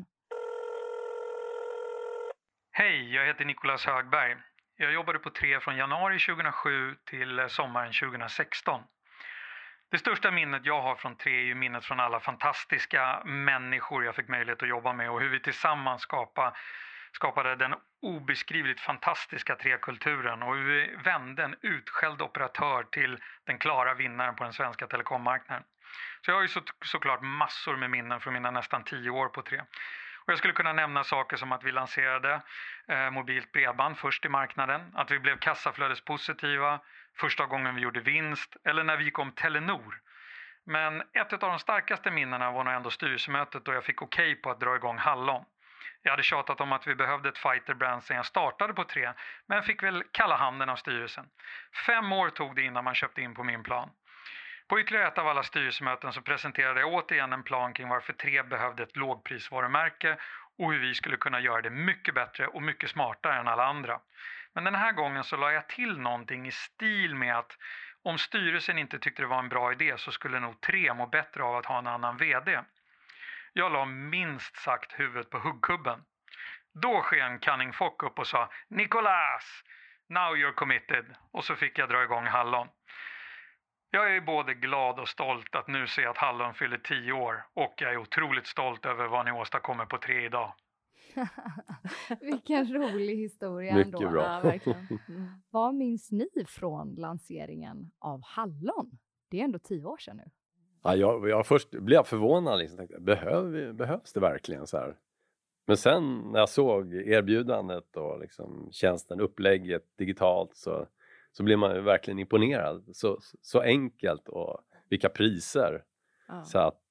Speaker 9: Hej, jag heter Nicolas Högberg. Jag jobbade på Tre från januari tjugohundrasju till sommaren tjugohundrasexton. Det största minnet jag har från Tre är ju minnet från alla fantastiska människor jag fick möjlighet att jobba med och hur vi tillsammans skapa, skapade den obeskrivligt fantastiska Tre-kulturen och hur vi vände en utskälld operatör till den klara vinnaren på den svenska telekommarknaden. Så jag har ju så, såklart massor med minnen från mina nästan tio år på Tre. Och jag skulle kunna nämna saker som att vi lanserade eh, mobilt bredband först i marknaden, att vi blev kassaflödespositiva första gången vi gjorde vinst, eller när vi gick om Telenor. Men ett av de starkaste minnena var nog ändå styrelsemötet då jag fick okej på att dra igång Hallon. Jag hade tjatat om att vi behövde ett fighterbrand sedan jag startade på Tre, men fick väl kalla handen av styrelsen. Fem år tog det innan man köpte in på min plan. På ytterligare ett av alla styrelsemöten så presenterade jag återigen en plan kring varför Tre behövde ett lågprisvarumärke och hur vi skulle kunna göra det mycket bättre och mycket smartare än alla andra. Men den här gången så la jag till någonting i stil med att om styrelsen inte tyckte det var en bra idé så skulle nog Tre må bättre av att ha en annan vd. Jag la minst sagt huvudet på huggkubben. Då sken Cunning Fock upp och sa "Nicolas, now you're committed" och så fick jag dra igång Hallon. Jag är både glad och stolt att nu se att Hallon fyller tio år och jag är otroligt stolt över vad ni åstadkommer på Tre idag.
Speaker 1: Vilken rolig historia
Speaker 2: Mycket
Speaker 1: ändå.
Speaker 2: bra.
Speaker 3: Ja, verkligen. Mm.
Speaker 1: Vad minns ni från lanseringen av Hallon? Det är ändå tio år sedan nu.
Speaker 2: Ja, jag, jag först blev jag förvånad. Liksom, tänkte, Behöv, behövs det verkligen så här? Men sen när jag såg erbjudandet och liksom, tjänsten, upplägget digitalt så, så blev man ju verkligen imponerad. Så, så enkelt och vilka priser.
Speaker 3: Ja.
Speaker 2: Så att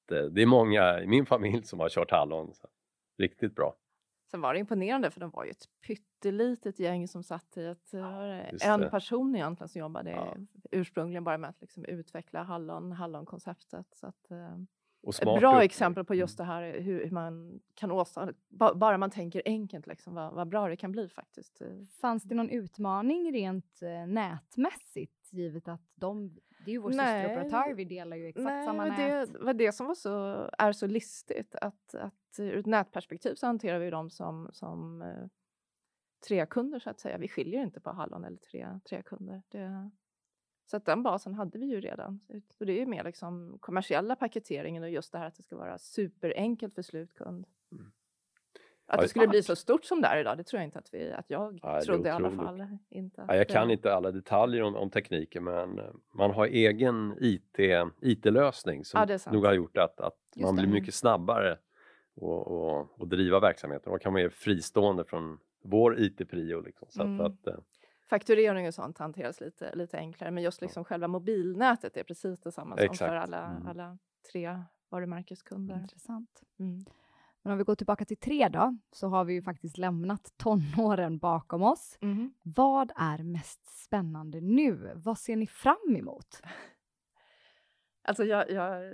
Speaker 2: att eh, det är många i min familj som har kört hallon. Så. Riktigt bra.
Speaker 3: Sen var det imponerande för de var ju ett pyttelitet gäng som satt i ett,
Speaker 2: Ja,
Speaker 3: en
Speaker 2: det.
Speaker 3: person egentligen som jobbade
Speaker 2: Ja.
Speaker 3: ursprungligen bara med att liksom utveckla hallon, hallonkonceptet. Så att, eh,
Speaker 2: Och
Speaker 3: ett
Speaker 2: smart
Speaker 3: bra
Speaker 2: upplägg.
Speaker 3: exempel på just det här hur, hur man kan åstadkomma, ba, bara man tänker enkelt liksom, vad, vad bra det kan bli faktiskt.
Speaker 1: Fanns det någon utmaning rent eh, nätmässigt givet att de, det är ju vår
Speaker 3: Nej.
Speaker 1: systeroperatör, vi delar ju exakt
Speaker 3: Nej,
Speaker 1: samma
Speaker 3: det
Speaker 1: nät.
Speaker 3: var det, var det som var så, är så listigt att, att ur ett nätperspektiv så hanterar vi dem som, som eh, tre kunder så att säga. Vi skiljer inte på hallon eller tre, tre kunder. Det, så att den basen hade vi ju redan. Så det är ju mer liksom kommersiella paketeringen och just det här att det ska vara superenkelt för slutkund.
Speaker 2: Mm.
Speaker 3: Att
Speaker 2: Ja,
Speaker 3: det skulle
Speaker 2: smart.
Speaker 3: bli så stort som det är idag, det tror jag inte att, vi, att jag
Speaker 2: Ja, det är
Speaker 3: trodde i alla
Speaker 2: otroligt.
Speaker 3: fall. Inte
Speaker 2: Ja, jag
Speaker 3: att,
Speaker 2: kan
Speaker 3: eh,
Speaker 2: inte alla detaljer om, om tekniken, men eh, man har egen I T, I T-lösning som
Speaker 3: Ja, det är sant.
Speaker 2: nog har gjort att, att
Speaker 1: Just
Speaker 2: man
Speaker 1: det.
Speaker 2: blir mycket snabbare och, och, och driva verksamheten. Man kan vara mer fristående från vår I T-prio. Liksom, så
Speaker 3: Mm.
Speaker 2: att, att, eh,
Speaker 3: Fakturering och sånt hanteras lite, lite enklare. Men just liksom själva mobilnätet är precis detsamma som
Speaker 2: Exakt.
Speaker 3: för alla,
Speaker 2: Mm.
Speaker 3: alla tre varumärkeskunder.
Speaker 1: Intressant.
Speaker 3: Mm.
Speaker 1: Men om vi går tillbaka till tre då, så har vi ju faktiskt lämnat tonåren bakom oss.
Speaker 3: Mhm.
Speaker 1: Vad är mest spännande nu? Vad ser ni fram emot?
Speaker 3: Alltså jag, jag,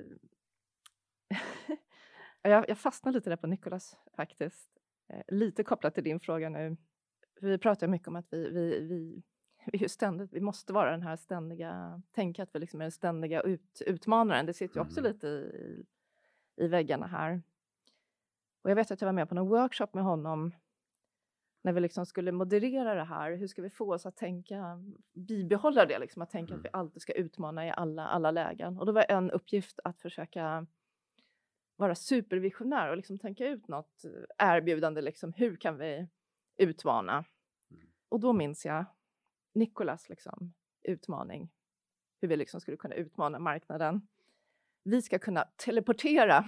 Speaker 3: jag, jag fastnar lite där på Nicolas faktiskt. Eh, lite kopplat till din fråga nu. Vi pratar mycket om att vi, vi, vi, vi, är ju ständigt, vi måste vara den här ständiga, tänka att vi liksom är den ständiga ut, utmanaren. Det sitter ju också
Speaker 2: Mm.
Speaker 3: lite i, i väggarna här. Och jag vet att jag var med på någon workshop med honom när vi liksom skulle moderera det här. Hur ska vi få oss att tänka, bibehålla det liksom, att tänka
Speaker 2: Mm.
Speaker 3: att vi alltid ska utmana i alla, alla lägen. Och då var en uppgift att försöka vara supervisionär och liksom tänka ut något erbjudande, liksom, hur kan vi utmana?
Speaker 2: Mm.
Speaker 3: Och då minns jag Nicolas liksom, utmaning, hur vi liksom skulle kunna utmana marknaden. Vi ska kunna teleportera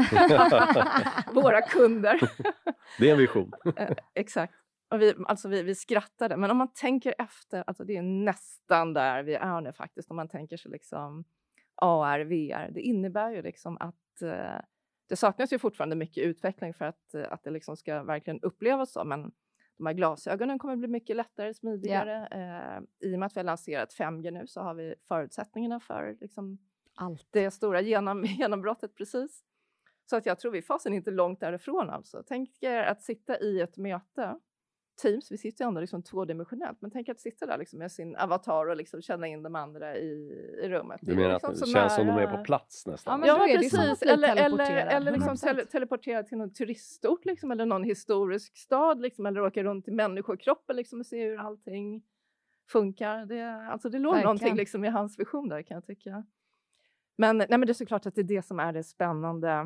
Speaker 3: våra kunder.
Speaker 2: det är en vision.
Speaker 3: Eh, Exakt. Och vi, alltså vi, vi skrattade. Men om man tänker efter, alltså det är nästan där vi är nu faktiskt. Om man tänker sig liksom A R, V R. Det innebär ju liksom att eh, det saknas ju fortfarande mycket utveckling för att, eh, att det liksom ska verkligen upplevas så. Men de här glasögonen kommer bli mycket lättare, smidigare. Eh, I och med att vi har lanserat fem G nu så har vi förutsättningarna för liksom
Speaker 1: Allt.
Speaker 3: det stora genom, genombrottet precis. Så att jag tror vi fasen inte långt därifrån alltså. Tänk er att sitta i ett möte. Teams, vi sitter ju ändå liksom tvådimensionellt. Men tänk att sitta där liksom med sin avatar och liksom känna in de andra i, i rummet.
Speaker 2: Du menar
Speaker 3: liksom
Speaker 2: att
Speaker 3: så
Speaker 2: det känns som de
Speaker 3: nära-
Speaker 2: är på plats
Speaker 1: Ja,
Speaker 2: nästan?
Speaker 1: men då
Speaker 3: Ja,
Speaker 1: är det ju som att
Speaker 3: precis.
Speaker 1: bli
Speaker 3: Eller, eller,
Speaker 1: teleporterad.
Speaker 3: eller liksom
Speaker 1: hundra procent.
Speaker 3: tele, teleportera till någon turistort liksom, eller någon historisk stad. Liksom, eller åka runt i människokroppen liksom, och se hur allting funkar. Det, alltså, det låg
Speaker 1: Verkligen.
Speaker 3: någonting liksom, i hans vision där kan jag tycka. Men, nej, men det är såklart att det är det som är det spännande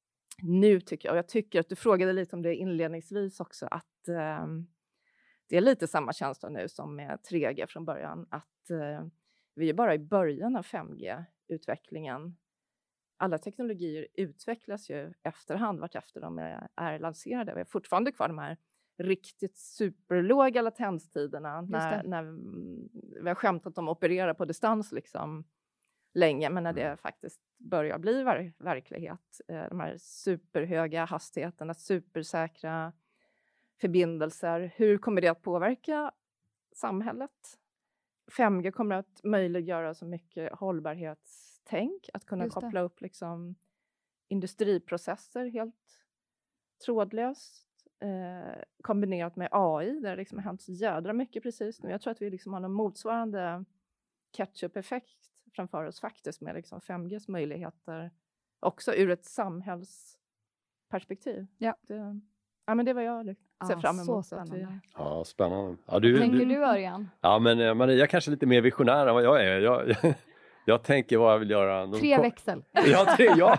Speaker 3: nu tycker jag. Och jag tycker att du frågade lite om det inledningsvis också. Att eh, det är lite samma känsla nu som med tre G från början. Att eh, vi är bara i början av fem G-utvecklingen. Alla teknologier utvecklas ju efterhand vart efter de är, är lanserade. Vi har fortfarande kvar de här riktigt superlåga latenstiderna. När,
Speaker 1: det.
Speaker 3: när vi har skämtat om att operera på distans liksom länge. Men när det faktiskt börjar bli ver- verklighet. Eh, de här superhöga hastigheterna, supersäkra förbindelser. Hur kommer det att påverka samhället? fem G kommer att möjliggöra så mycket hållbarhetstänk. Att kunna
Speaker 1: Just det.
Speaker 3: koppla upp liksom industriprocesser helt trådlöst. Eh, kombinerat med A I. Där det liksom har hänt så jädra mycket precis nu. Jag tror att vi liksom har någon motsvarande catch-up-effekt framför oss faktiskt. Med liksom fem Gs möjligheter. Också ur ett samhällsperspektiv.
Speaker 1: Ja.
Speaker 3: Det, ja men det var jag liksom ser
Speaker 1: Ja,
Speaker 3: fram
Speaker 1: så
Speaker 3: emot. Att vi,
Speaker 1: spännande.
Speaker 2: Ja, spännande. Ja, du,
Speaker 1: Vad tänker
Speaker 2: du,
Speaker 1: du, Örjan?
Speaker 2: ja men eh, Maria kanske lite mer visionär än vad jag är. Jag, jag, jag tänker vad jag vill göra. De
Speaker 1: Tre
Speaker 2: kom-
Speaker 1: växel.
Speaker 2: Ja, tre, ja.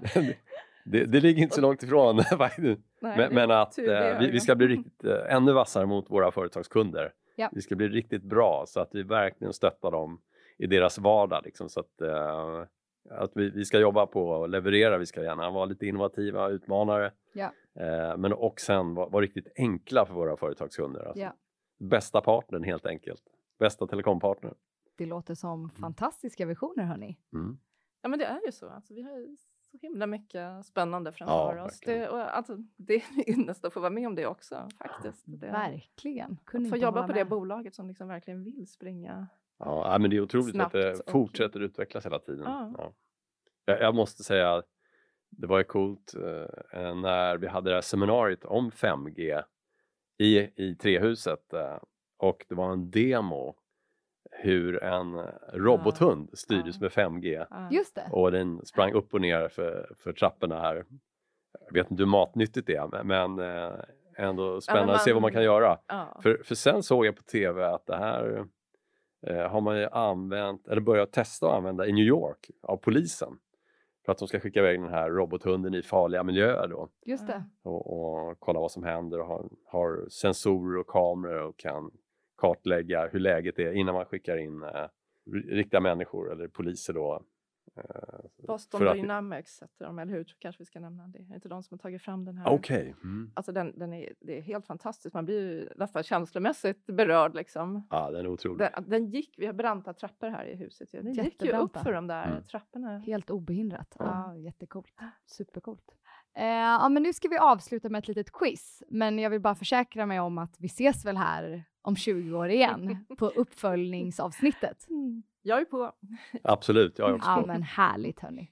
Speaker 2: Det, det ligger inte så långt ifrån faktiskt.
Speaker 3: Nej,
Speaker 2: Men, men att
Speaker 3: tur det,
Speaker 2: eh, vi, vi ska bli riktigt eh, ännu vassare mot våra företagskunder.
Speaker 1: Ja.
Speaker 2: Vi ska bli riktigt bra så att vi verkligen stöttar dem i deras vardag. Liksom, så att, eh, att vi, vi ska jobba på att leverera. Vi ska gärna vara lite innovativa, utmanare.
Speaker 1: Ja.
Speaker 2: Eh, men och sen vara vara riktigt enkla för våra företagskunder. Alltså.
Speaker 1: Ja.
Speaker 2: Bästa partnern helt enkelt. Bästa telekompartnern.
Speaker 1: Det låter som fantastiska visioner, hörni.
Speaker 2: Mm.
Speaker 3: Ja men det är ju så. Alltså, vi har ju så himla mycket spännande framför
Speaker 2: Ja,
Speaker 3: oss.
Speaker 2: verkligen.
Speaker 3: Det, och, alltså, det är min ynnest att få vara med om det också faktiskt. Det,
Speaker 1: Verkligen. Kunde
Speaker 3: att få
Speaker 1: inte
Speaker 3: jobba
Speaker 1: hålla
Speaker 3: på det
Speaker 1: med.
Speaker 3: bolaget som liksom verkligen vill springa.
Speaker 2: Ja, ja, men det är otroligt
Speaker 3: Snabbt
Speaker 2: att det
Speaker 3: och-
Speaker 2: fortsätter utvecklas hela tiden.
Speaker 3: Ja.
Speaker 2: Ja. Jag, jag måste säga, det var ju coolt eh, när vi hade det här seminariet om fem G i, i Trehuset eh, och det var en demo hur en robothund styrdes
Speaker 3: Ja.
Speaker 2: med fem G
Speaker 3: Ja.
Speaker 1: Just det.
Speaker 2: och den sprang upp och ner för, för trapporna här. Jag vet inte hur matnyttigt det är, men, men eh, ändå spännande
Speaker 3: man-
Speaker 2: att se vad man kan göra.
Speaker 3: Ja.
Speaker 2: För, för sen såg jag på tv att det här eh, har man ju använt, eller börjat testa att använda i New York av polisen. För att de ska skicka iväg den här robothunden i farliga miljöer då.
Speaker 1: Just det.
Speaker 2: Och, och kolla vad som händer och har, har sensorer och kameror och kan kartlägga hur läget är innan man skickar in eh, riktiga människor eller poliser då. Eh,
Speaker 3: Boston
Speaker 2: för att-
Speaker 3: Dynamics heter de, eller hur? Kanske vi ska nämna det. Det är inte de som har tagit fram den här.
Speaker 2: Okej. Mm.
Speaker 3: Alltså den, den är, det är helt fantastiskt. Man blir ju nästan känslomässigt berörd liksom.
Speaker 2: Ja, den är otrolig.
Speaker 3: Den, den gick, vi har branta trappor här i huset. ju. Den gick ju upp
Speaker 1: Jättebranta.
Speaker 3: för de där
Speaker 2: Mm.
Speaker 3: trapporna.
Speaker 1: Helt obehindrat.
Speaker 2: Ja.
Speaker 1: Ja, jättecoolt. Supercoolt. Eh, ja, men nu ska vi avsluta med ett litet quiz. Men jag vill bara försäkra mig om att vi ses väl här om tjugo år igen på uppföljningsavsnittet.
Speaker 3: Mm. Jag är på.
Speaker 2: Absolut, jag är också
Speaker 1: Ja,
Speaker 2: på.
Speaker 1: men härligt hörni.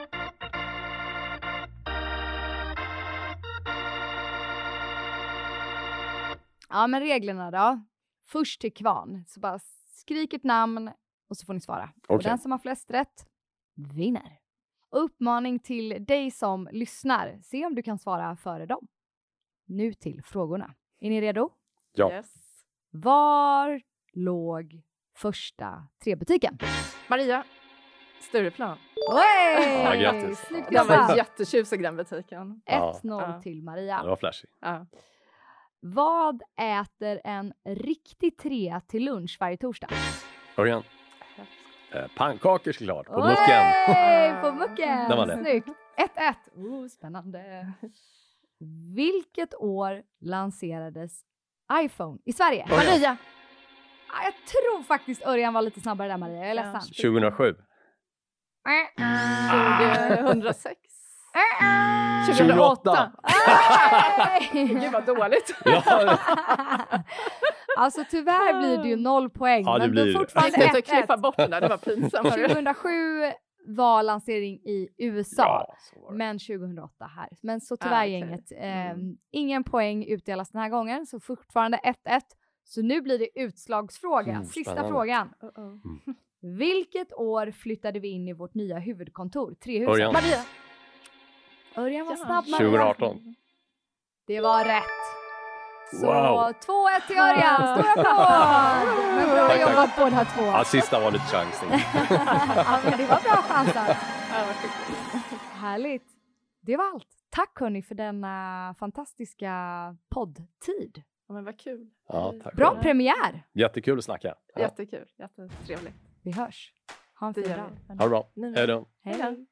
Speaker 1: Ja, men reglerna då. Först till kvarn. Så bara skrik ett namn och så får ni svara. Och
Speaker 2: Okej.
Speaker 1: den som har flest rätt vinner. Och uppmaning till dig som lyssnar. Se om du kan svara före dem. Nu till frågorna. Är ni redo?
Speaker 2: Ja.
Speaker 3: Yes.
Speaker 1: Var låg första trebutiken?
Speaker 3: Maria. Stureplan.
Speaker 1: Oj!
Speaker 2: Ja, grattis.
Speaker 1: Snyggt
Speaker 3: Den var
Speaker 1: jobbat!
Speaker 3: jättetjusig den butiken.
Speaker 2: Ja.
Speaker 1: ett noll
Speaker 3: Ja.
Speaker 1: till
Speaker 2: Det
Speaker 1: Maria.
Speaker 2: var flashy.
Speaker 3: Ja.
Speaker 1: Vad äter en riktig trea till lunch varje torsdag?
Speaker 2: Örjan. Eh, pannkakor såklart, på
Speaker 1: Oj,
Speaker 2: mucken.
Speaker 1: på mucken!
Speaker 2: Den var lätt.
Speaker 1: Snyggt! ett ett. Oh, spännande. Vilket år lanserades iPhone i Sverige?
Speaker 2: Örjan.
Speaker 3: Maria.
Speaker 1: Ah, jag tror faktiskt Örjan var lite snabbare där, Maria. Jag är
Speaker 3: Ja.
Speaker 1: ledsen.
Speaker 2: tjugohundrasju.
Speaker 3: tjugohundrasex.
Speaker 2: tjugohundraåtta.
Speaker 3: Gud vad dåligt.
Speaker 2: Ja,
Speaker 1: Alltså tyvärr blir det ju noll poäng.
Speaker 2: Ja, det
Speaker 1: men
Speaker 2: blir
Speaker 1: då
Speaker 2: det.
Speaker 1: fortfarande
Speaker 3: Jag tänkte
Speaker 1: ett ett.
Speaker 3: klippa bort den där, det var pinsamt.
Speaker 1: tjugohundrasju var lansering i U S A.
Speaker 2: ja, så var det.
Speaker 1: Men tjugohundraåtta här. Men så tyvärr
Speaker 3: Ah, okej.
Speaker 1: gänget. Eh,
Speaker 3: Mm.
Speaker 1: Ingen poäng utdelas den här gången. Så fortfarande ett ett. Så nu blir det utslagsfråga.
Speaker 2: Mm,
Speaker 1: Sista
Speaker 2: spännande.
Speaker 1: frågan.
Speaker 3: Uh-oh.
Speaker 1: Vilket år flyttade vi in i vårt nya huvudkontor? Trehuset.
Speaker 2: Örjan.
Speaker 3: Maria.
Speaker 1: Örjan var
Speaker 3: Ja.
Speaker 1: snabb. Maria.
Speaker 2: tjugoarton.
Speaker 1: Det var rätt. Så
Speaker 2: Wow.
Speaker 1: två ett till Örjan. Stor applåd! Men bra
Speaker 2: Tack, tack.
Speaker 1: jobbat båda två.
Speaker 2: Ja, sista var lite chansning.
Speaker 1: Ja, men det var bra chansat.
Speaker 3: Ja, vad skickligt.
Speaker 1: Härligt. Det var allt. Tack hörni för denna fantastiska poddtid.
Speaker 3: Ja, men vad kul.
Speaker 2: Ja, tack.
Speaker 1: Bra
Speaker 3: Ja.
Speaker 1: premiär.
Speaker 2: Jättekul att snacka. Ja.
Speaker 3: Jättekul. Jättetrevligt.
Speaker 1: Vi hörs. Ha en
Speaker 3: Det
Speaker 1: fin
Speaker 3: gör
Speaker 1: dag.
Speaker 3: vi.
Speaker 2: Ha det bra.
Speaker 3: Ni med.
Speaker 2: Hej då.
Speaker 1: Hej då.